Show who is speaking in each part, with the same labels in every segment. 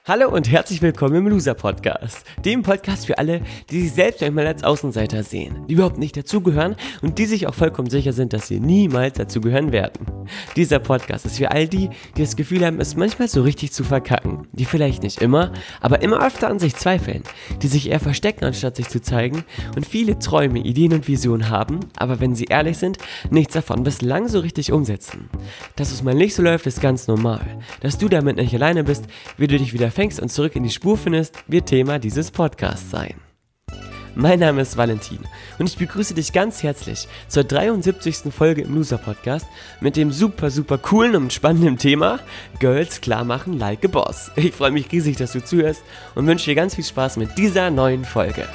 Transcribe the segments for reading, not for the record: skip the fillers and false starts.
Speaker 1: Hallo und herzlich willkommen im Loser Podcast, dem Podcast für alle, die sich selbst einmal als Außenseiter sehen, die überhaupt nicht dazugehören und die sich auch vollkommen sicher sind, dass sie niemals dazugehören werden. Dieser Podcast ist für all die das Gefühl haben, es manchmal so richtig zu verkacken, die vielleicht nicht immer, aber immer öfter an sich zweifeln, die sich eher verstecken, anstatt sich zu zeigen und viele Träume, Ideen und Visionen haben, aber wenn sie ehrlich sind, nichts davon bislang so richtig umsetzen. Dass es mal nicht so läuft, ist ganz normal. Dass du damit nicht alleine bist, wie du dich wieder fängst und zurück in die Spur findest, wird Thema dieses Podcasts sein. Mein Name ist Valentin und ich begrüße dich ganz herzlich zur 73. Folge im Loser Podcast mit dem super coolen und spannenden Thema Girls klar machen like a Boss. Ich freue mich riesig, dass du zuhörst und wünsche dir ganz viel Spaß mit dieser neuen Folge.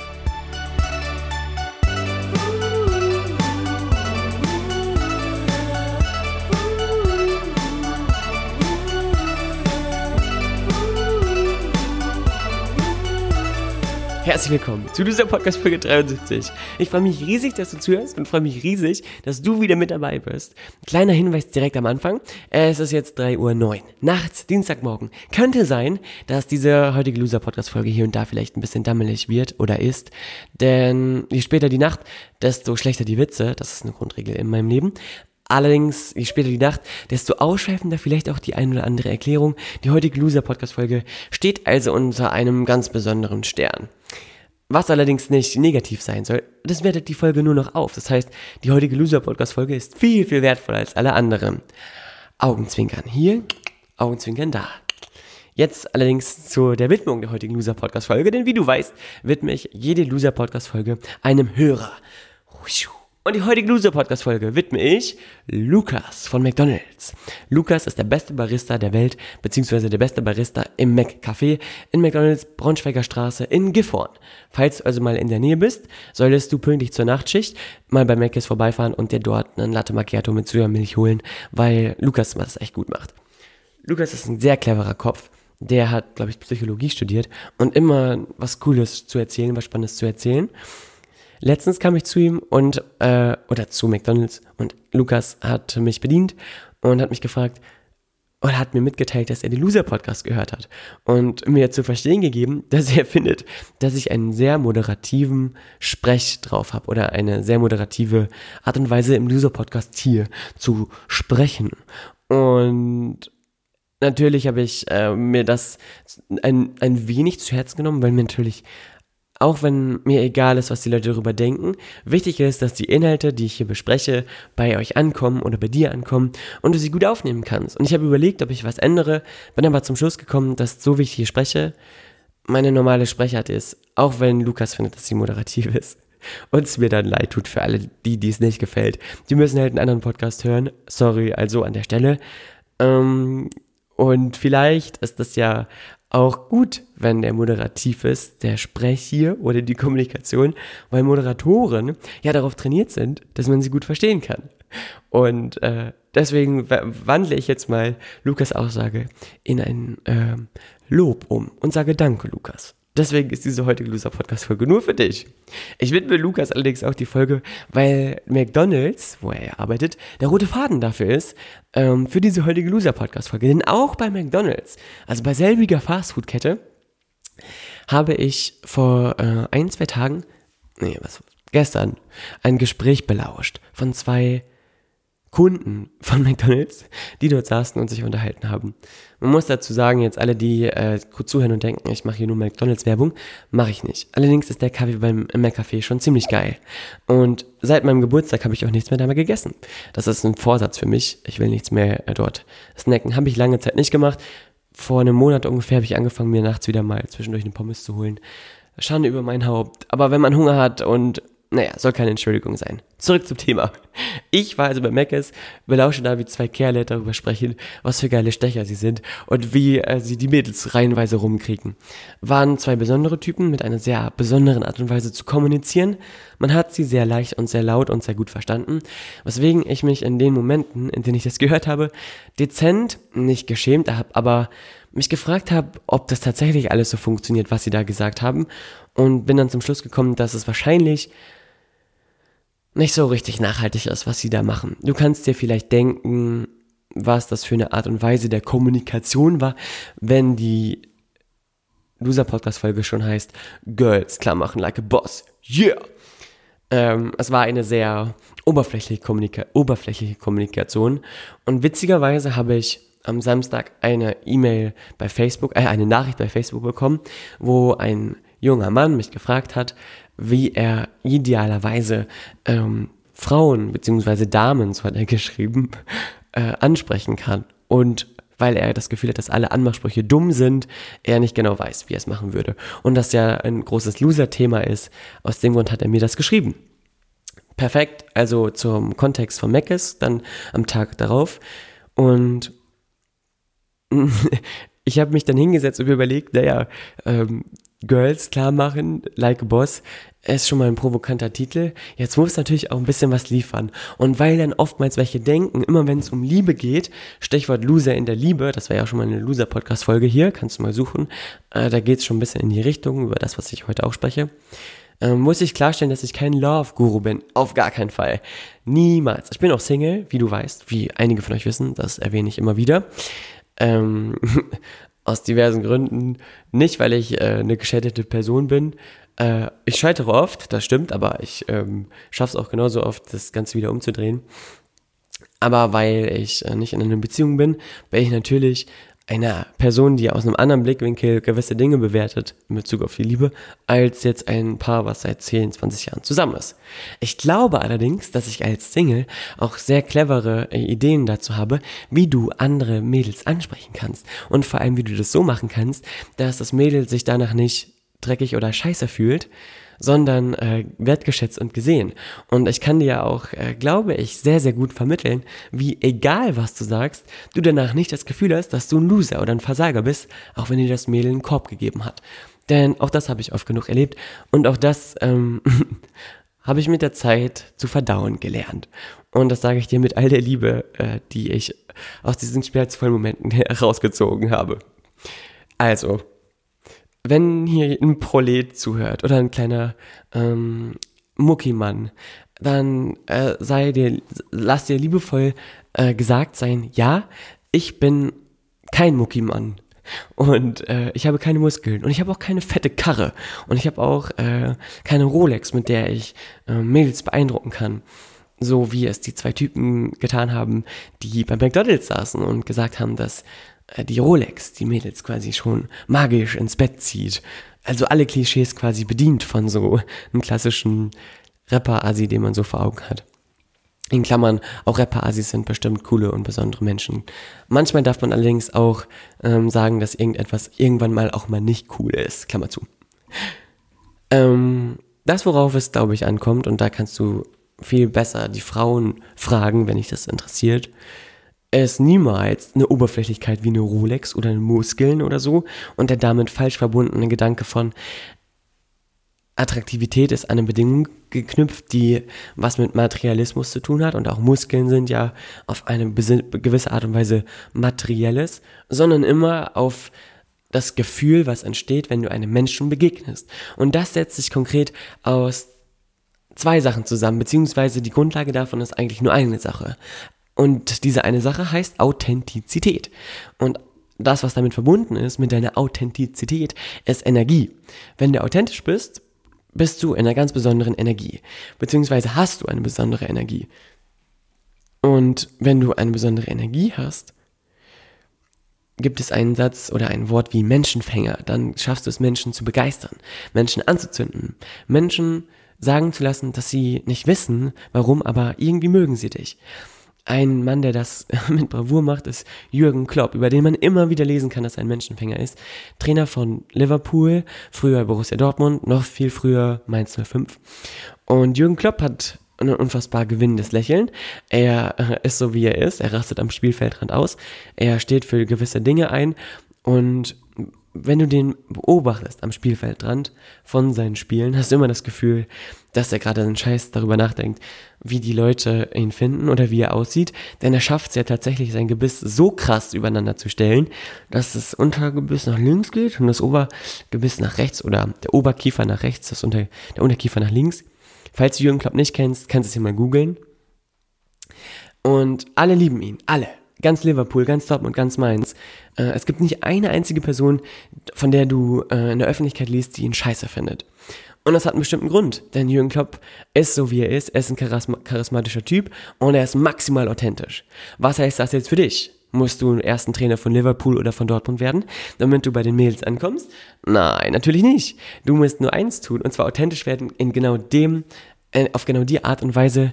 Speaker 1: Herzlich willkommen zu dieser Podcast-Folge 73. Ich freue mich riesig, dass du zuhörst und freue mich riesig, dass du wieder mit dabei bist. Kleiner Hinweis direkt am Anfang. Es ist jetzt 3:09 Uhr nachts, Dienstagmorgen. Könnte sein, dass diese heutige Loser-Podcast-Folge hier und da vielleicht ein bisschen dammelig wird oder ist. Denn je später die Nacht, desto schlechter die Witze. Das ist eine Grundregel in meinem Leben. Allerdings, je später die Nacht, desto ausschweifender vielleicht auch die ein oder andere Erklärung. Die heutige Loser-Podcast-Folge steht also unter einem ganz besonderen Stern. Was allerdings nicht negativ sein soll, das wertet die Folge nur noch auf. Das heißt, die heutige Loser-Podcast-Folge ist viel wertvoller als alle anderen. Augenzwinkern hier, Augenzwinkern da. Jetzt allerdings zu der Widmung der heutigen Loser-Podcast-Folge, denn wie du weißt, widme ich jede Loser-Podcast-Folge einem Hörer. Und die heutige Loser-Podcast-Folge widme ich Lukas von McDonald's. Lukas ist der beste Barista der Welt, beziehungsweise der beste Barista im Mac-Café in McDonald's Braunschweiger Straße in Gifhorn. Falls du also mal in der Nähe bist, solltest du pünktlich zur Nachtschicht mal bei Mc's vorbeifahren und dir dort einen Latte Macchiato mit Sojamilch holen, weil Lukas das echt gut macht. Lukas ist ein sehr cleverer Kopf. Der hat, glaube ich, Psychologie studiert und immer was Cooles zu erzählen, was Spannendes zu erzählen. Letztens kam ich zu ihm oder zu McDonald's und Lukas hat mich bedient und hat mich gefragt oder hat mir mitgeteilt, dass er den Loser-Podcast gehört hat und mir zu verstehen gegeben, dass er findet, dass ich einen sehr moderativen Sprech drauf habe oder eine sehr moderative Art und Weise im Loser-Podcast hier zu sprechen. Und natürlich habe ich mir das ein wenig zu Herzen genommen, weil mir natürlich, auch wenn mir egal ist, was die Leute darüber denken, wichtig ist, dass die Inhalte, die ich hier bespreche, bei euch ankommen oder bei dir ankommen und du sie gut aufnehmen kannst. Und ich habe überlegt, ob ich was ändere, bin aber zum Schluss gekommen, dass so wie ich hier spreche, meine normale Sprechart ist, auch wenn Lukas findet, dass sie moderativ ist. Und es mir dann leid tut für alle, die es nicht gefällt. Die müssen halt einen anderen Podcast hören. Sorry, also an der Stelle. Und vielleicht ist das ja auch gut, wenn der moderativ ist, der Sprech hier oder die Kommunikation, weil Moderatoren ja darauf trainiert sind, dass man sie gut verstehen kann. Und deswegen wandle ich jetzt mal Lukas' Aussage in ein Lob um und sage Danke, Lukas. Deswegen ist diese heutige Loser-Podcast-Folge nur für dich. Ich widme Lukas allerdings auch die Folge, weil McDonald's, wo er arbeitet, der rote Faden dafür ist, für diese heutige Loser-Podcast-Folge. Denn auch bei McDonald's, also bei selbiger Fastfood-Kette, habe ich vor gestern ein Gespräch belauscht von 2 Kunden von McDonald's, die dort saßen und sich unterhalten haben. Man muss dazu sagen, jetzt alle, die kurz zuhören und denken, ich mache hier nur McDonald's-Werbung, mache ich nicht. Allerdings ist der Kaffee beim Mac-Café schon ziemlich geil. Und seit meinem Geburtstag habe ich auch nichts mehr dabei gegessen. Das ist ein Vorsatz für mich. Ich will nichts mehr dort snacken. Habe ich lange Zeit nicht gemacht. Vor einem Monat ungefähr habe ich angefangen, mir nachts wieder mal zwischendurch eine Pommes zu holen. Schande über mein Haupt. Aber wenn man Hunger hat und soll keine Entschuldigung sein. Zurück zum Thema. Ich war also bei Mc's, belausche da, wie 2 Kerle darüber sprechen, was für geile Stecher sie sind und wie sie die Mädels reihenweise rumkriegen. Waren 2 besondere Typen mit einer sehr besonderen Art und Weise zu kommunizieren. Man hat sie sehr leicht und sehr laut und sehr gut verstanden, weswegen ich mich in den Momenten, in denen ich das gehört habe, dezent nicht geschämt habe, aber mich gefragt habe, ob das tatsächlich alles so funktioniert, was sie da gesagt haben, und bin dann zum Schluss gekommen, dass es wahrscheinlich nicht so richtig nachhaltig ist, was sie da machen. Du kannst dir vielleicht denken, was das für eine Art und Weise der Kommunikation war, wenn die Loser-Podcast-Folge schon heißt Girls, klar machen like a boss, yeah! Es war eine sehr oberflächliche Kommunikation und witzigerweise habe ich am Samstag eine Nachricht bei Facebook bekommen, wo ein junger Mann mich gefragt hat, wie er idealerweise Frauen bzw. Damen, so hat er geschrieben, ansprechen kann. Und weil er das Gefühl hat, dass alle Anmachsprüche dumm sind, er nicht genau weiß, wie er es machen würde. Und das ja ein großes Loser-Thema ist, aus dem Grund hat er mir das geschrieben. Perfekt, also zum Kontext von Meckes, dann am Tag darauf. Und ich habe mich dann hingesetzt und überlegt, Girls klar machen, like a boss, ist schon mal ein provokanter Titel. Jetzt muss natürlich auch ein bisschen was liefern. Und weil dann oftmals welche denken, immer wenn es um Liebe geht, Stichwort Loser in der Liebe, das war ja schon mal eine Loser-Podcast-Folge hier, kannst du mal suchen, da geht es schon ein bisschen in die Richtung, über das, was ich heute auch spreche, muss ich klarstellen, dass ich kein Love-Guru bin. Auf gar keinen Fall. Niemals. Ich bin auch Single, wie du weißt, wie einige von euch wissen, das erwähne ich immer wieder. Aus diversen Gründen. Nicht, weil ich eine gescheiterte Person bin. Ich scheitere oft, das stimmt, aber ich schaffe es auch genauso oft, das Ganze wieder umzudrehen. Aber weil ich nicht in einer Beziehung bin ich natürlich eine Person, die aus einem anderen Blickwinkel gewisse Dinge bewertet in Bezug auf die Liebe, als jetzt ein Paar, was seit 10, 20 Jahren zusammen ist. Ich glaube allerdings, dass ich als Single auch sehr clevere Ideen dazu habe, wie du andere Mädels ansprechen kannst. Und vor allem, wie du das so machen kannst, dass das Mädel sich danach nicht dreckig oder scheiße fühlt, sondern wertgeschätzt und gesehen. Und ich kann dir ja auch, glaube ich, sehr, sehr gut vermitteln, wie egal was du sagst, du danach nicht das Gefühl hast, dass du ein Loser oder ein Versager bist, auch wenn dir das Mädel einen Korb gegeben hat. Denn auch das habe ich oft genug erlebt und auch das habe ich mit der Zeit zu verdauen gelernt. Und das sage ich dir mit all der Liebe, die ich aus diesen schmerzvollen Momenten herausgezogen habe. Also, wenn hier ein Prolet zuhört oder ein kleiner Muckimann, dann lass dir liebevoll gesagt sein, ja, ich bin kein Muckimann und ich habe keine Muskeln und ich habe auch keine fette Karre und ich habe auch keine Rolex, mit der ich Mädels beeindrucken kann. So wie es die zwei Typen getan haben, die bei McDonald's saßen und gesagt haben, dass die Rolex die Mädels quasi schon magisch ins Bett zieht. Also alle Klischees quasi bedient von so einem klassischen Rapper-Asi, den man so vor Augen hat. In Klammern, auch Rapper-Asis sind bestimmt coole und besondere Menschen. Manchmal darf man allerdings auch sagen, dass irgendetwas irgendwann mal auch mal nicht cool ist. Klammer zu. Das, worauf es, glaube ich, ankommt, und da kannst du viel besser die Frauen fragen, wenn dich das interessiert, ist niemals eine Oberflächlichkeit wie eine Rolex oder eine Muskeln oder so und der damit falsch verbundene Gedanke von Attraktivität ist an eine Bedingung geknüpft, die was mit Materialismus zu tun hat und auch Muskeln sind ja auf eine gewisse Art und Weise materielles, sondern immer auf das Gefühl, was entsteht, wenn du einem Menschen begegnest. Und das setzt sich konkret aus zwei Sachen zusammen, beziehungsweise die Grundlage davon ist eigentlich nur eine Sache. Und diese eine Sache heißt Authentizität. Und das, was damit verbunden ist, mit deiner Authentizität, ist Energie. Wenn du authentisch bist, bist du in einer ganz besonderen Energie. Beziehungsweise hast du eine besondere Energie. Und wenn du eine besondere Energie hast, gibt es einen Satz oder ein Wort wie Menschenfänger. Dann schaffst du es, Menschen zu begeistern, Menschen anzuzünden, Menschen sagen zu lassen, dass sie nicht wissen, warum, aber irgendwie mögen sie dich. Ein Mann, der das mit Bravour macht, ist Jürgen Klopp, über den man immer wieder lesen kann, dass er ein Menschenfänger ist. Trainer von Liverpool, früher Borussia Dortmund, noch viel früher Mainz 05. Und Jürgen Klopp hat ein unfassbar gewinnendes Lächeln. Er ist so, wie er ist. Er rastet am Spielfeldrand aus. Er steht für gewisse Dinge ein. Und wenn du den beobachtest am Spielfeldrand von seinen Spielen, hast du immer das Gefühl, dass er gerade einen Scheiß darüber nachdenkt, wie die Leute ihn finden oder wie er aussieht. Denn er schafft es ja tatsächlich, sein Gebiss so krass übereinander zu stellen, dass das Untergebiss nach links geht und das Obergebiss nach rechts oder der Oberkiefer nach rechts, der Unterkiefer nach links. Falls du Jürgen Klopp nicht kennst, kannst du es hier mal googeln. Und alle lieben ihn, alle. ganz Liverpool, ganz Dortmund, ganz Mainz. Es gibt nicht eine einzige Person, von der du in der Öffentlichkeit liest, die ihn scheiße findet. Und das hat einen bestimmten Grund, denn Jürgen Klopp ist so, wie er ist ein charismatischer Typ und er ist maximal authentisch. Was heißt das jetzt für dich? Musst du erst ein Trainer von Liverpool oder von Dortmund werden, damit du bei den Mädels ankommst? Nein, natürlich nicht. Du musst nur eins tun, und zwar authentisch werden auf genau die Art und Weise,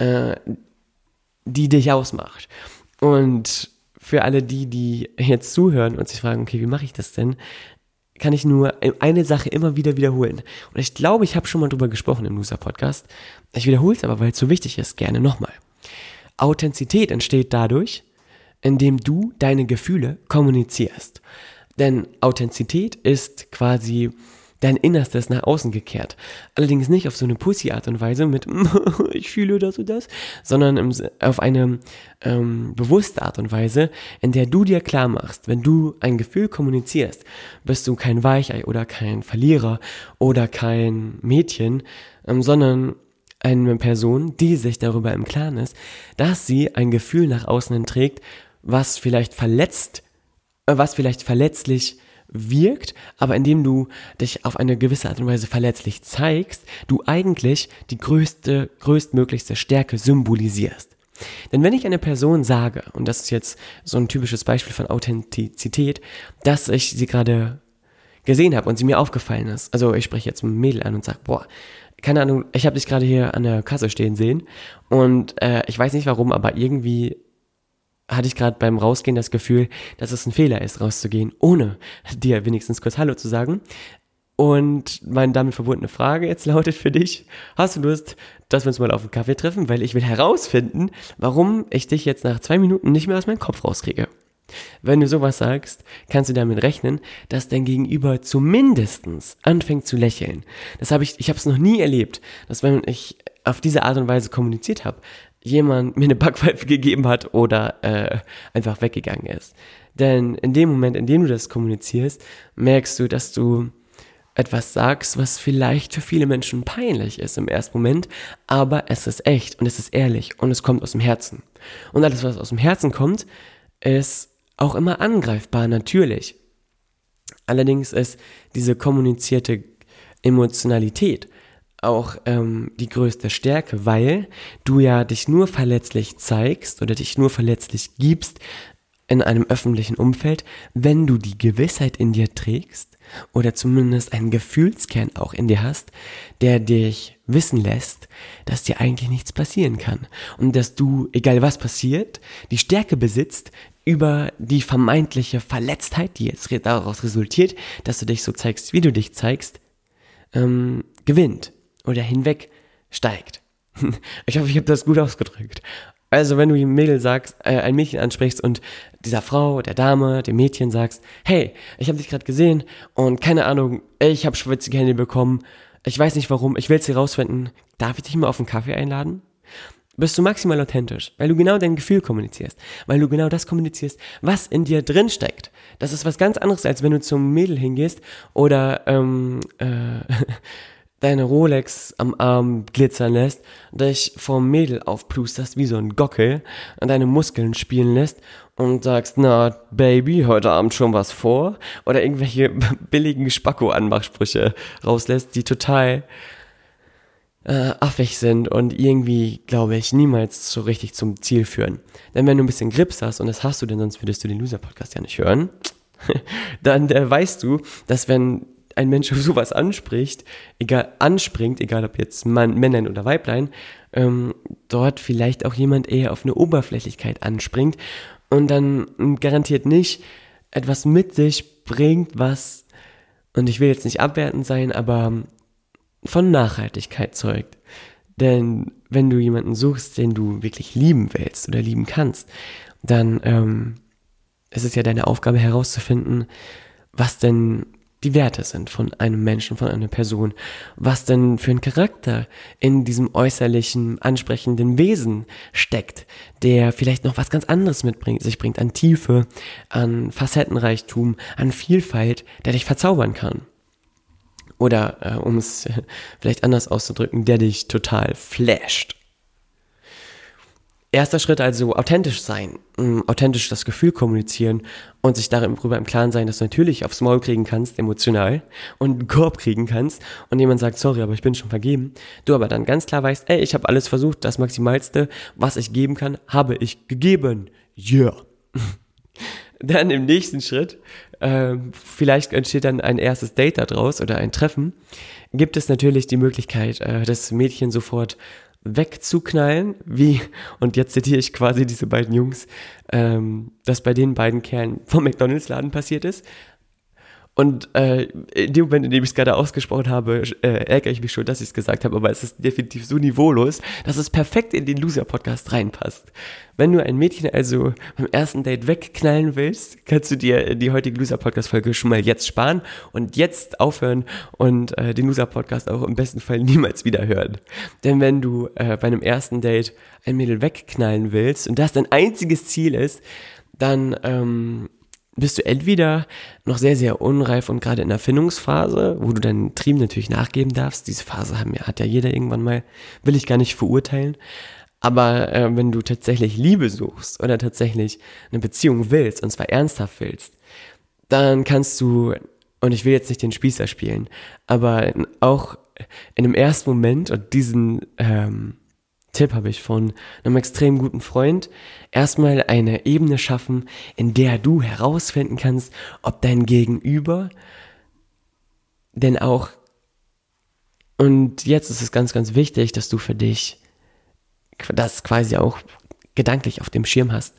Speaker 1: die dich ausmacht. Und für alle die jetzt zuhören und sich fragen, okay, wie mache ich das denn, kann ich nur eine Sache immer wieder wiederholen. Und ich glaube, ich habe schon mal drüber gesprochen im Loser-Podcast. Ich wiederhole es aber, weil es so wichtig ist, gerne nochmal. Authentizität entsteht dadurch, indem du deine Gefühle kommunizierst. Denn Authentizität ist quasi dein Innerstes nach außen gekehrt. Allerdings nicht auf so eine Pussy-Art und Weise mit ich fühle das und das, sondern auf eine bewusste Art und Weise, in der du dir klar machst, wenn du ein Gefühl kommunizierst, bist du kein Weichei oder kein Verlierer oder kein Mädchen, sondern eine Person, die sich darüber im Klaren ist, dass sie ein Gefühl nach außen hin trägt, was vielleicht verletzlich wirkt, aber indem du dich auf eine gewisse Art und Weise verletzlich zeigst, du eigentlich die größtmöglichste Stärke symbolisierst. Denn wenn ich einer Person sage, und das ist jetzt so ein typisches Beispiel von Authentizität, dass ich sie gerade gesehen habe und sie mir aufgefallen ist, also ich spreche jetzt ein Mädel an und sage, boah, keine Ahnung, ich habe dich gerade hier an der Kasse stehen sehen und ich weiß nicht warum, aber irgendwie hatte ich gerade beim Rausgehen das Gefühl, dass es ein Fehler ist, rauszugehen, ohne dir wenigstens kurz Hallo zu sagen. Und meine damit verbundene Frage jetzt lautet für dich, hast du Lust, dass wir uns mal auf einen Kaffee treffen? Weil ich will herausfinden, warum ich dich jetzt nach 2 Minuten nicht mehr aus meinem Kopf rauskriege. Wenn du sowas sagst, kannst du damit rechnen, dass dein Gegenüber zumindest anfängt zu lächeln. Ich habe es noch nie erlebt, dass wenn ich auf diese Art und Weise kommuniziert habe, jemand mir eine Backpfeife gegeben hat oder einfach weggegangen ist. Denn in dem Moment, in dem du das kommunizierst, merkst du, dass du etwas sagst, was vielleicht für viele Menschen peinlich ist im ersten Moment, aber es ist echt und es ist ehrlich und es kommt aus dem Herzen. Und alles, was aus dem Herzen kommt, ist auch immer angreifbar, natürlich. Allerdings ist diese kommunizierte Emotionalität auch die größte Stärke, weil du ja dich nur verletzlich zeigst oder dich nur verletzlich gibst in einem öffentlichen Umfeld, wenn du die Gewissheit in dir trägst oder zumindest einen Gefühlskern auch in dir hast, der dich wissen lässt, dass dir eigentlich nichts passieren kann und dass du, egal was passiert, die Stärke besitzt, über die vermeintliche Verletztheit, die jetzt daraus resultiert, dass du dich so zeigst, wie du dich zeigst, gewinnt oder hinweg steigt. Ich hoffe, ich habe das gut ausgedrückt. Also wenn du ein Mädchen ansprichst und dieser Frau, der Dame, dem Mädchen sagst, hey, ich habe dich gerade gesehen und keine Ahnung, ich habe schwitzige Hände bekommen, ich weiß nicht warum, ich will es herausfinden, darf ich dich mal auf einen Kaffee einladen? Bist du maximal authentisch, weil du genau dein Gefühl kommunizierst, weil du genau das kommunizierst, was in dir drin steckt. Das ist was ganz anderes, als wenn du zum Mädel hingehst oder deine Rolex am Arm glitzern lässt, dich vom Mädel aufplusterst wie so ein Gockel und deine Muskeln spielen lässt und sagst, na Baby, heute Abend schon was vor? Oder irgendwelche billigen Spacko-Anmachsprüche rauslässt, die total affig sind und irgendwie, glaube ich, niemals so richtig zum Ziel führen. Denn wenn du ein bisschen Grips hast, und das hast du, denn sonst würdest du den Loser-Podcast ja nicht hören, dann weißt du, dass wenn ein Mensch auf sowas anspringt, egal ob jetzt Männlein oder Weiblein, dort vielleicht auch jemand eher auf eine Oberflächlichkeit anspringt und dann garantiert nicht etwas mit sich bringt, was, und ich will jetzt nicht abwertend sein, aber von Nachhaltigkeit zeugt. Denn wenn du jemanden suchst, den du wirklich lieben willst oder lieben kannst, dann ist es ja deine Aufgabe herauszufinden, was denn die Werte sind von einem Menschen, von einer Person, was denn für ein Charakter in diesem äußerlichen, ansprechenden Wesen steckt, der vielleicht noch was ganz anderes sich bringt an Tiefe, an Facettenreichtum, an Vielfalt, der dich verzaubern kann. Oder, um es vielleicht anders auszudrücken, der dich total flasht. Erster Schritt also authentisch sein, authentisch das Gefühl kommunizieren und sich darüber im Klaren sein, dass du natürlich aufs Maul kriegen kannst, emotional, und einen Korb kriegen kannst und jemand sagt, sorry, aber ich bin schon vergeben. Du aber dann ganz klar weißt, ey, ich habe alles versucht, das Maximalste, was ich geben kann, habe ich gegeben. Yeah. Dann im nächsten Schritt, vielleicht entsteht dann ein erstes Date daraus oder ein Treffen, gibt es natürlich die Möglichkeit, das Mädchen sofort wegzuknallen, und jetzt zitiere ich quasi diese beiden Jungs, das bei den beiden Kerlen vom McDonald's-Laden passiert ist. Und in dem Moment, in dem ich es gerade ausgesprochen habe, ärgere ich mich schon, dass ich es gesagt habe, aber es ist definitiv so niveaulos, dass es perfekt in den Loser-Podcast reinpasst. Wenn du ein Mädchen also beim ersten Date wegknallen willst, kannst du dir die heutige Loser-Podcast-Folge schon mal jetzt sparen und jetzt aufhören und den Loser-Podcast auch im besten Fall niemals wieder hören. Denn wenn du bei einem ersten Date ein Mädel wegknallen willst und das dein einziges Ziel ist, dann bist du entweder noch sehr, sehr unreif und gerade in der Findungsphase, wo du deinen Trieben natürlich nachgeben darfst. Diese Phase hat ja jeder irgendwann mal, will ich gar nicht verurteilen. Aber wenn du tatsächlich Liebe suchst oder tatsächlich eine Beziehung willst, und zwar ernsthaft willst, dann kannst du, und ich will jetzt nicht den Spießer spielen, aber auch in einem ersten Moment, und diesen Tipp habe ich von einem extrem guten Freund, erstmal eine Ebene schaffen, in der du herausfinden kannst, ob dein Gegenüber denn auch, und jetzt ist es ganz, ganz wichtig, dass du für dich das quasi auch gedanklich auf dem Schirm hast,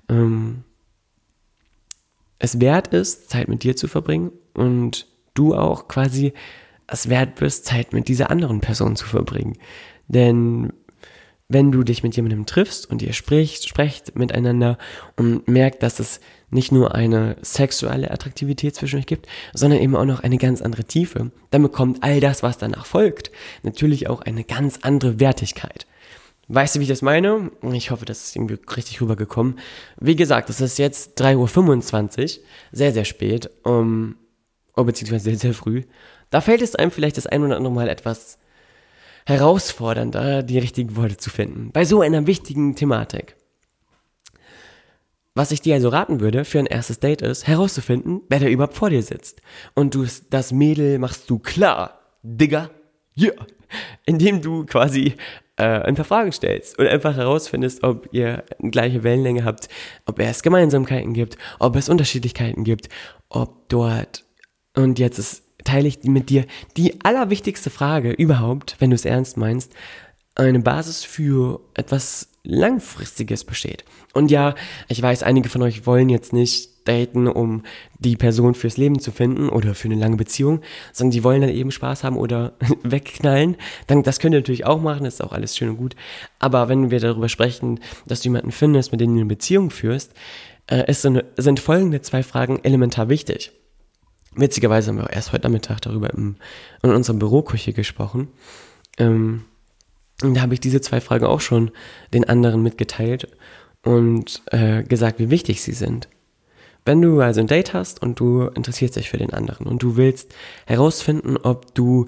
Speaker 1: es wert ist, Zeit mit dir zu verbringen und du auch quasi es wert bist, Zeit mit dieser anderen Person zu verbringen. Denn wenn du dich mit jemandem triffst und ihr sprecht miteinander und merkt, dass es nicht nur eine sexuelle Attraktivität zwischen euch gibt, sondern eben auch noch eine ganz andere Tiefe, dann bekommt all das, was danach folgt, natürlich auch eine ganz andere Wertigkeit. Weißt du, wie ich das meine? Ich hoffe, das ist irgendwie richtig rübergekommen. Wie gesagt, es ist jetzt 3:25 Uhr, sehr, sehr spät, beziehungsweise sehr, sehr früh. Da fällt es einem vielleicht das ein oder andere Mal etwas herausfordernder, die richtigen Worte zu finden. Bei so einer wichtigen Thematik. Was ich dir also raten würde für ein erstes Date ist, herauszufinden, wer da überhaupt vor dir sitzt. Und das Mädel machst du klar, Digga, yeah, indem du quasi ein paar Fragen stellst und einfach herausfindest, ob ihr eine gleiche Wellenlänge habt, ob es Gemeinsamkeiten gibt, ob es Unterschiedlichkeiten gibt, ob dort, und jetzt teile ich mit dir die allerwichtigste Frage überhaupt, wenn du es ernst meinst, eine Basis für etwas Langfristiges besteht. Und ja, ich weiß, einige von euch wollen jetzt nicht daten, um die Person fürs Leben zu finden oder für eine lange Beziehung, sondern die wollen dann eben Spaß haben oder wegknallen. Dann, das könnt ihr natürlich auch machen, das ist auch alles schön und gut. Aber wenn wir darüber sprechen, dass du jemanden findest, mit dem du eine Beziehung führst, sind folgende 2 Fragen elementar wichtig. Witzigerweise haben wir auch erst heute Nachmittag darüber in unserer Büroküche gesprochen. Und da habe ich diese 2 Fragen auch schon den anderen mitgeteilt und gesagt, wie wichtig sie sind. Wenn du also ein Date hast und du interessierst dich für den anderen und du willst herausfinden, ob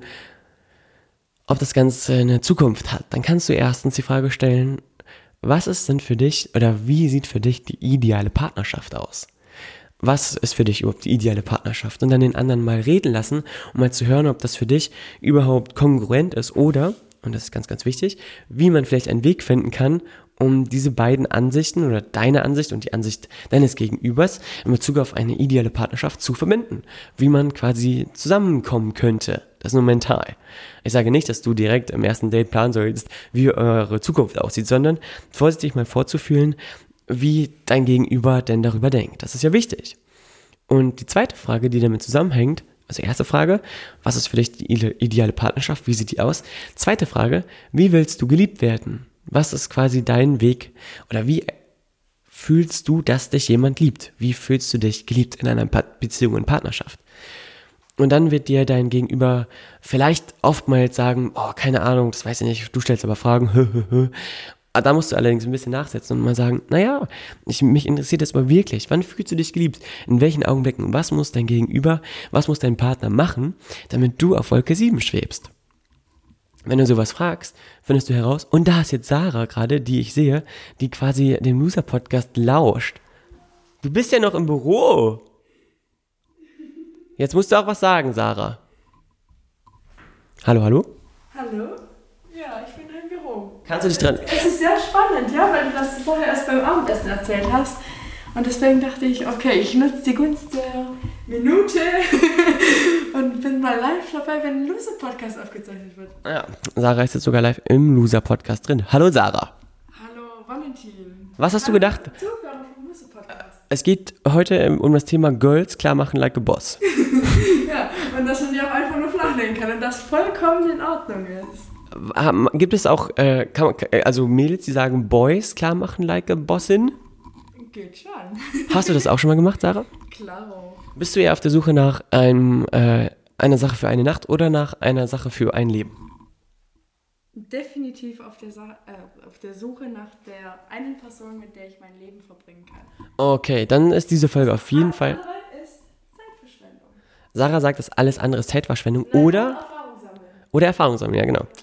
Speaker 1: das Ganze eine Zukunft hat, dann kannst du erstens die Frage stellen, was ist denn für dich oder wie sieht für dich die ideale Partnerschaft aus? Was ist für dich überhaupt die ideale Partnerschaft? Und dann den anderen mal reden lassen, um mal zu hören, ob das für dich überhaupt kongruent ist oder, und das ist ganz, ganz wichtig, wie man vielleicht einen Weg finden kann, um diese beiden Ansichten oder deine Ansicht und die Ansicht deines Gegenübers in Bezug auf eine ideale Partnerschaft zu verbinden. Wie man quasi zusammenkommen könnte. Das ist nur mental. Ich sage nicht, dass du direkt im ersten Date planen sollst, wie eure Zukunft aussieht, sondern vorsichtig mal vorzufühlen, wie dein Gegenüber denn darüber denkt. Das ist ja wichtig. Und die zweite Frage, die damit zusammenhängt, also erste Frage, was ist für dich die ideale Partnerschaft, wie sieht die aus? Zweite Frage, wie willst du geliebt werden? Was ist quasi dein Weg oder wie fühlst du, dass dich jemand liebt? Wie fühlst du dich geliebt in einer Beziehung und Partnerschaft? Und dann wird dir dein Gegenüber vielleicht oftmals sagen, oh, keine Ahnung, das weiß ich nicht, du stellst aber Fragen, Da musst du allerdings ein bisschen nachsetzen und mal sagen, naja, mich interessiert das mal wirklich. Wann fühlst du dich geliebt? In welchen Augenblicken? Was muss dein Gegenüber, was muss dein Partner machen, damit du auf Wolke 7 schwebst? Wenn du sowas fragst, findest du heraus, und da ist jetzt Sarah gerade, die ich sehe, die quasi dem Loser-Podcast lauscht. Du bist ja noch im Büro. Jetzt musst du auch was sagen, Sarah. Hallo, hallo?
Speaker 2: Hallo? Ja, ich bin im Büro.
Speaker 1: Kannst du dich dran...
Speaker 2: Es ist sehr spannend, ja, weil du das vorher erst beim Abendessen erzählt hast. Und deswegen dachte ich, okay, ich nutze die Gunst der Minute und bin mal live dabei, wenn ein Loser-Podcast aufgezeichnet wird.
Speaker 1: Ja, Sarah ist jetzt sogar live im Loser-Podcast drin. Hallo, Sarah.
Speaker 2: Hallo, Valentin.
Speaker 1: Was hast du gedacht?
Speaker 2: Zuhörer vom Loser-Podcast.
Speaker 1: Es geht heute um das Thema Girls klar machen like a boss.
Speaker 2: Ja, und dass man die auch einfach nur flachlegen kann und das vollkommen in Ordnung ist.
Speaker 1: Gibt es auch, also Mädels, die sagen Boys klar machen like a Bossin?
Speaker 2: Geht schon.
Speaker 1: Hast du das auch schon mal gemacht, Sarah?
Speaker 2: Klaro.
Speaker 1: Bist du eher auf der Suche nach einer Sache für eine Nacht oder nach einer Sache für ein Leben?
Speaker 2: Definitiv auf der Suche nach der einen Person, mit der ich mein Leben verbringen kann.
Speaker 1: Okay, dann ist diese Folge auf jeden Fall...
Speaker 2: Andere ist Zeitverschwendung.
Speaker 1: Sarah sagt, dass alles andere ist Zeitverschwendung
Speaker 2: Nein,
Speaker 1: oder
Speaker 2: Erfahrung sammeln.
Speaker 1: Erfahrung sammeln, ja genau.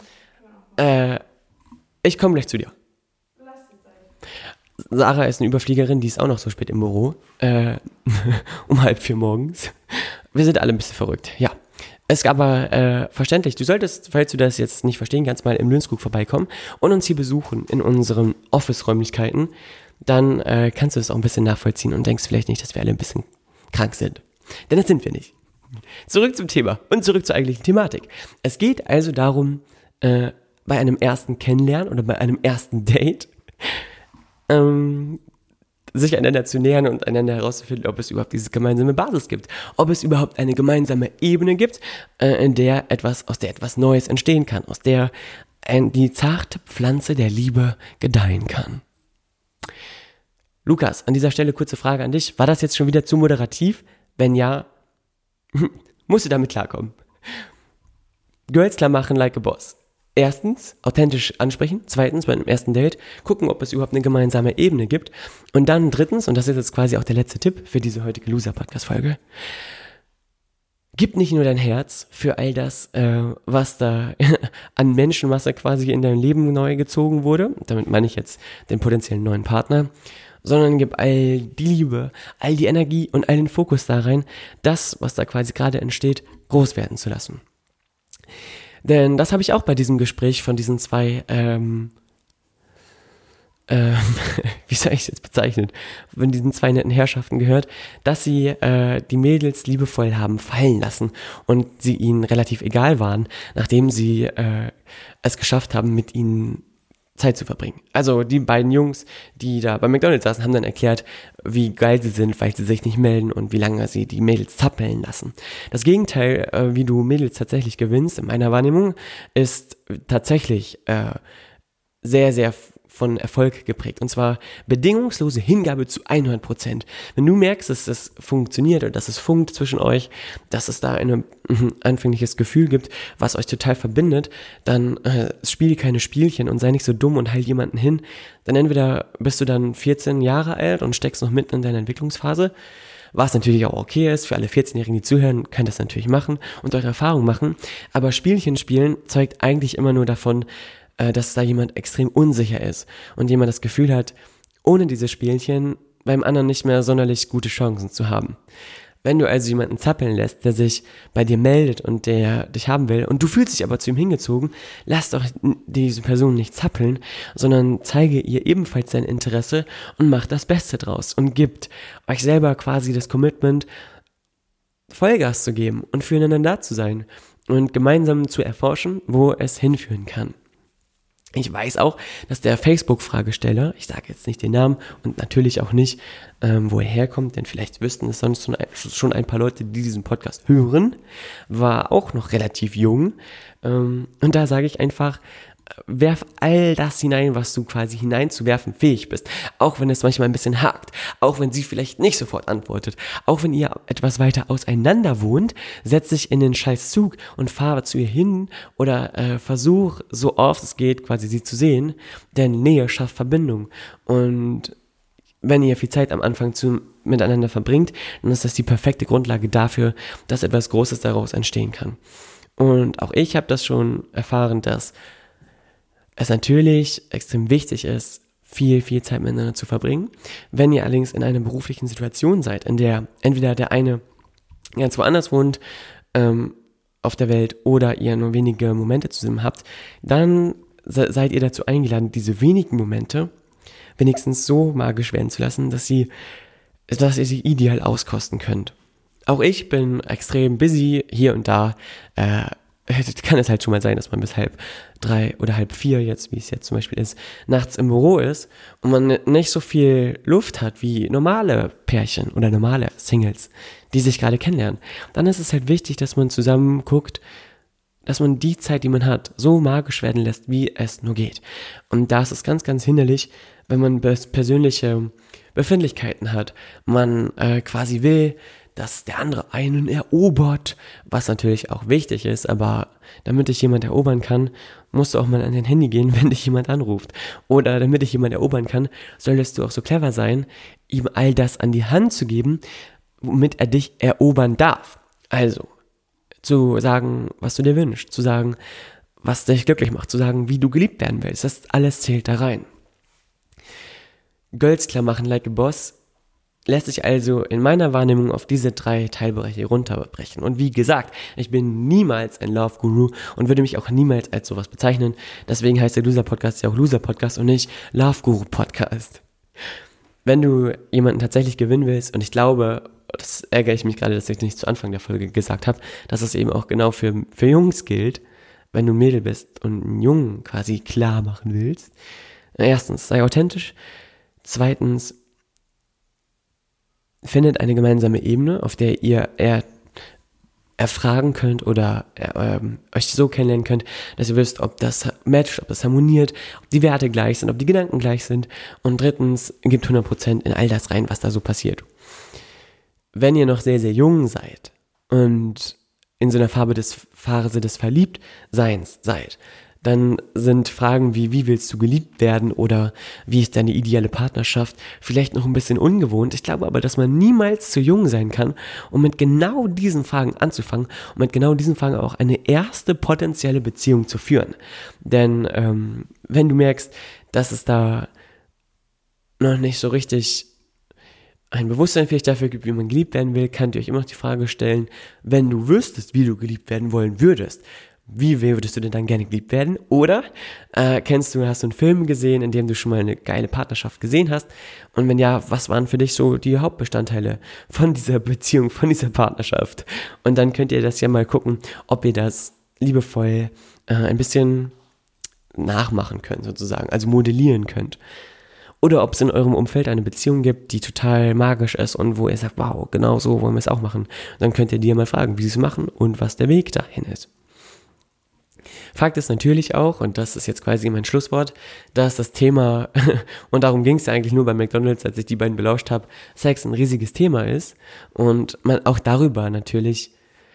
Speaker 1: Ich komme gleich zu dir.
Speaker 2: Lass es sein.
Speaker 1: Sarah ist eine Überfliegerin, die ist auch noch so spät im Büro. Um 3:30 morgens. Wir sind alle ein bisschen verrückt, ja. Es gab aber verständlich, du solltest, falls du das jetzt nicht verstehen kannst, mal im Löwenskog vorbeikommen und uns hier besuchen in unseren Office-Räumlichkeiten. Dann kannst du es auch ein bisschen nachvollziehen und denkst vielleicht nicht, dass wir alle ein bisschen krank sind. Denn das sind wir nicht. Zurück zum Thema und zurück zur eigentlichen Thematik. Es geht also darum, bei einem ersten Kennenlernen oder bei einem ersten Date sich einander zu nähern und einander herauszufinden, ob es überhaupt diese gemeinsame Basis gibt. Ob es überhaupt eine gemeinsame Ebene gibt, aus der etwas Neues entstehen kann, aus der die zarte Pflanze der Liebe gedeihen kann. Lukas, an dieser Stelle kurze Frage an dich. War das jetzt schon wieder zu moderativ? Wenn ja, musst du damit klarkommen. Girls klar machen like a boss. Erstens, authentisch ansprechen. Zweitens, bei einem ersten Date, gucken, ob es überhaupt eine gemeinsame Ebene gibt. Und dann drittens, und das ist jetzt quasi auch der letzte Tipp für diese heutige Loser-Podcast-Folge, gib nicht nur dein Herz für all das, was da an Menschenmasse quasi in dein Leben neu gezogen wurde. Damit meine ich jetzt den potenziellen neuen Partner. Sondern gib all die Liebe, all die Energie und all den Fokus da rein, das, was da quasi gerade entsteht, groß werden zu lassen. Denn das habe ich auch bei diesem Gespräch von diesen zwei, wie soll ich es jetzt bezeichnen, von diesen zwei netten Herrschaften gehört, dass sie die Mädels liebevoll haben fallen lassen und sie ihnen relativ egal waren, nachdem sie es geschafft haben, mit ihnen Zeit zu verbringen. Also die beiden Jungs, die da bei McDonald's saßen, haben dann erklärt, wie geil sie sind, weil sie sich nicht melden und wie lange sie die Mädels zappeln lassen. Das Gegenteil, wie du Mädels tatsächlich gewinnst, in meiner Wahrnehmung, ist tatsächlich sehr, sehr von Erfolg geprägt. Und zwar bedingungslose Hingabe zu 100%. Wenn du merkst, dass das funktioniert oder dass es funkt zwischen euch, dass es da ein anfängliches Gefühl gibt, was euch total verbindet, dann spiel keine Spielchen und sei nicht so dumm und halt jemanden hin. Dann entweder bist du dann 14 Jahre alt und steckst noch mitten in deiner Entwicklungsphase, was natürlich auch okay ist, für alle 14-Jährigen, die zuhören, könnt das natürlich machen und eure Erfahrung machen. Aber Spielchen spielen zeugt eigentlich immer nur davon, dass da jemand extrem unsicher ist und jemand das Gefühl hat, ohne diese Spielchen beim anderen nicht mehr sonderlich gute Chancen zu haben. Wenn du also jemanden zappeln lässt, der sich bei dir meldet und der dich haben will und du fühlst dich aber zu ihm hingezogen, lass doch diese Person nicht zappeln, sondern zeige ihr ebenfalls dein Interesse und mach das Beste draus und gibt euch selber quasi das Commitment, Vollgas zu geben und füreinander da zu sein und gemeinsam zu erforschen, wo es hinführen kann. Ich weiß auch, dass der Facebook-Fragesteller, ich sage jetzt nicht den Namen und natürlich auch nicht, wo er herkommt, denn vielleicht wüssten es sonst schon ein paar Leute, die diesen Podcast hören, war auch noch relativ jung. Und da sage ich einfach, werf all das hinein, was du quasi hineinzuwerfen fähig bist. Auch wenn es manchmal ein bisschen hakt, auch wenn sie vielleicht nicht sofort antwortet, auch wenn ihr etwas weiter auseinander wohnt, setz dich in den Scheißzug und fahre zu ihr hin oder versuch so oft es geht quasi sie zu sehen, denn Nähe schafft Verbindung und wenn ihr viel Zeit am Anfang miteinander verbringt, dann ist das die perfekte Grundlage dafür, dass etwas Großes daraus entstehen kann. Und auch ich habe das schon erfahren, dass es natürlich extrem wichtig ist, viel Zeit miteinander zu verbringen. Wenn ihr allerdings in einer beruflichen Situation seid, in der entweder der eine ganz woanders wohnt auf der Welt oder ihr nur wenige Momente zusammen habt, dann seid ihr dazu eingeladen, diese wenigen Momente wenigstens so magisch werden zu lassen, dass ihr sie ideal auskosten könnt. Auch ich bin extrem busy hier und da. Kann es halt schon mal sein, dass man bis 3:30 oder 3:30 jetzt, wie es jetzt zum Beispiel ist, nachts im Büro ist und man nicht so viel Luft hat wie normale Pärchen oder normale Singles, die sich gerade kennenlernen. Dann ist es halt wichtig, dass man zusammen guckt, dass man die Zeit, die man hat, so magisch werden lässt, wie es nur geht. Und da ist es ganz, ganz hinderlich, wenn man persönliche Befindlichkeiten hat. Man quasi will, dass der andere einen erobert, was natürlich auch wichtig ist, aber damit dich jemand erobern kann, musst du auch mal an dein Handy gehen, wenn dich jemand anruft. Oder damit dich jemand erobern kann, solltest du auch so clever sein, ihm all das an die Hand zu geben, womit er dich erobern darf. Also, zu sagen, was du dir wünschst, zu sagen, was dich glücklich macht, zu sagen, wie du geliebt werden willst, das alles zählt da rein. Girls klar machen like a boss lässt sich also in meiner Wahrnehmung auf diese 3 Teilbereiche runterbrechen. Und wie gesagt, ich bin niemals ein Love Guru und würde mich auch niemals als sowas bezeichnen. Deswegen heißt der Loser Podcast ja auch Loser Podcast und nicht Love Guru Podcast. Wenn du jemanden tatsächlich gewinnen willst, und ich glaube, das ärgere ich mich gerade, dass ich nicht zu Anfang der Folge gesagt habe, dass es eben auch genau für Jungs gilt, wenn du ein Mädel bist und einen Jungen quasi klar machen willst. Erstens, sei authentisch. Zweitens, findet eine gemeinsame Ebene, auf der ihr erfragen könnt oder euch so kennenlernen könnt, dass ihr wisst, ob das matcht, ob das harmoniert, ob die Werte gleich sind, ob die Gedanken gleich sind. Und drittens, gebt 100% in all das rein, was da so passiert. Wenn ihr noch sehr, sehr jung seid und in so einer Phase des Verliebtseins seid, dann sind Fragen wie willst du geliebt werden oder wie ist deine ideale Partnerschaft vielleicht noch ein bisschen ungewohnt. Ich glaube aber, dass man niemals zu jung sein kann, um mit genau diesen Fragen anzufangen und mit genau diesen Fragen auch eine erste potenzielle Beziehung zu führen. Denn wenn du merkst, dass es da noch nicht so richtig ein Bewusstsein vielleicht dafür gibt, wie man geliebt werden will, könnt ihr euch immer noch die Frage stellen, wenn du wüsstest, wie du geliebt werden wollen würdest, wie würdest du denn dann gerne geliebt werden? Oder hast du einen Film gesehen, in dem du schon mal eine geile Partnerschaft gesehen hast? Und wenn ja, was waren für dich so die Hauptbestandteile von dieser Beziehung, von dieser Partnerschaft? Und dann könnt ihr das ja mal gucken, ob ihr das liebevoll ein bisschen nachmachen könnt sozusagen, also modellieren könnt. Oder ob es in eurem Umfeld eine Beziehung gibt, die total magisch ist und wo ihr sagt, wow, genau so wollen wir es auch machen. Dann könnt ihr die ja mal fragen, wie sie es machen und was der Weg dahin ist. Fakt ist natürlich auch, und das ist jetzt quasi mein Schlusswort, dass das Thema, und darum ging es ja eigentlich nur bei McDonald's, als ich die beiden belauscht habe, Sex ein riesiges Thema ist und man auch darüber natürlich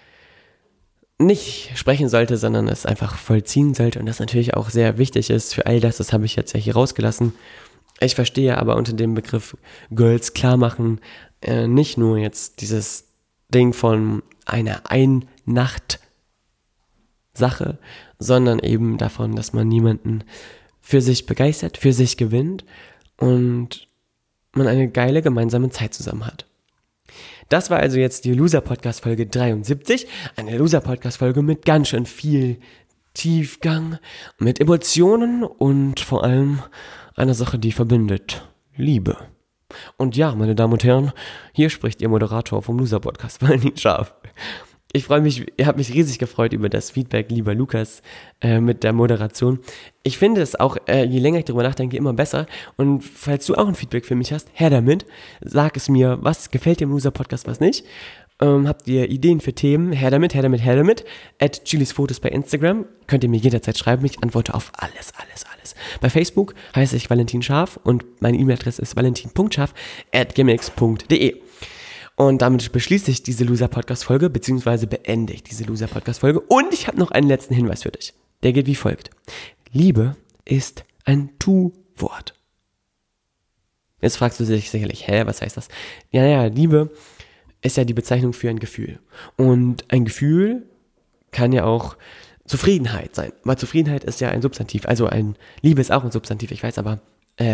Speaker 1: nicht sprechen sollte, sondern es einfach vollziehen sollte und das natürlich auch sehr wichtig ist für all das habe ich jetzt ja hier rausgelassen. Ich verstehe aber unter dem Begriff Girls klar machen nicht nur jetzt dieses Ding von einer Ein-Nacht- Sache, sondern eben davon, dass man niemanden für sich begeistert, für sich gewinnt und man eine geile gemeinsame Zeit zusammen hat. Das war also jetzt die Loser-Podcast-Folge 73, eine Loser-Podcast-Folge mit ganz schön viel Tiefgang, mit Emotionen und vor allem einer Sache, die verbindet, Liebe. Und ja, meine Damen und Herren, hier spricht Ihr Moderator vom Loser-Podcast, Valentin Scharf. Ich freue mich, ihr habt mich riesig gefreut über das Feedback, lieber Lukas, mit der Moderation. Ich finde es auch, je länger ich darüber nachdenke, immer besser. Und falls du auch ein Feedback für mich hast, her damit. Sag es mir, was gefällt dir im Loser-Podcast, was nicht. Habt ihr Ideen für Themen? Her damit. @chilisfotos bei Instagram. Könnt ihr mir jederzeit schreiben. Ich antworte auf alles. Bei Facebook heiße ich Valentin Scharf und meine E-Mail-Adresse ist valentin.scharf@gmx.de. Und damit beschließe ich diese Loser-Podcast-Folge, beziehungsweise beende ich diese Loser-Podcast-Folge. Und ich habe noch einen letzten Hinweis für dich. Der geht wie folgt. Liebe ist ein Tu-Wort. Jetzt fragst du dich sicherlich, was heißt das? Ja, Liebe ist ja die Bezeichnung für ein Gefühl. Und ein Gefühl kann ja auch Zufriedenheit sein. Weil Zufriedenheit ist ja ein Substantiv. Also Liebe ist auch ein Substantiv, ich weiß, aber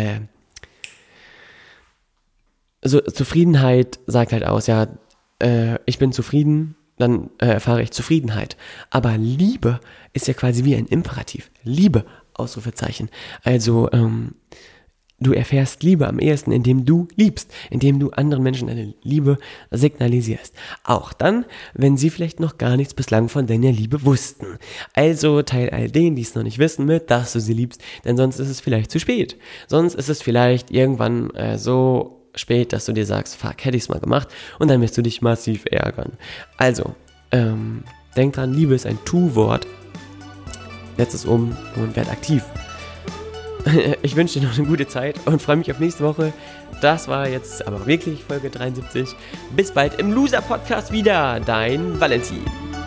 Speaker 1: Zufriedenheit sagt halt aus, ja, ich bin zufrieden, dann erfahre ich Zufriedenheit. Aber Liebe ist ja quasi wie ein Imperativ. Liebe, Ausrufezeichen. Also, du erfährst Liebe am ehesten, indem du liebst, indem du anderen Menschen deine Liebe signalisierst. Auch dann, wenn sie vielleicht noch gar nichts bislang von deiner Liebe wussten. Also teil all denen, die es noch nicht wissen, mit, dass du sie liebst, denn sonst ist es vielleicht zu spät. Sonst ist es vielleicht irgendwann so spät, dass du dir sagst, fuck, hätte ich es mal gemacht, und dann wirst du dich massiv ärgern. Also, denk dran, Liebe ist ein Tu-Wort. Setz es um und werd aktiv. Ich wünsche dir noch eine gute Zeit und freue mich auf nächste Woche. Das war jetzt aber wirklich Folge 73. Bis bald im Loser-Podcast wieder. Dein Valentin.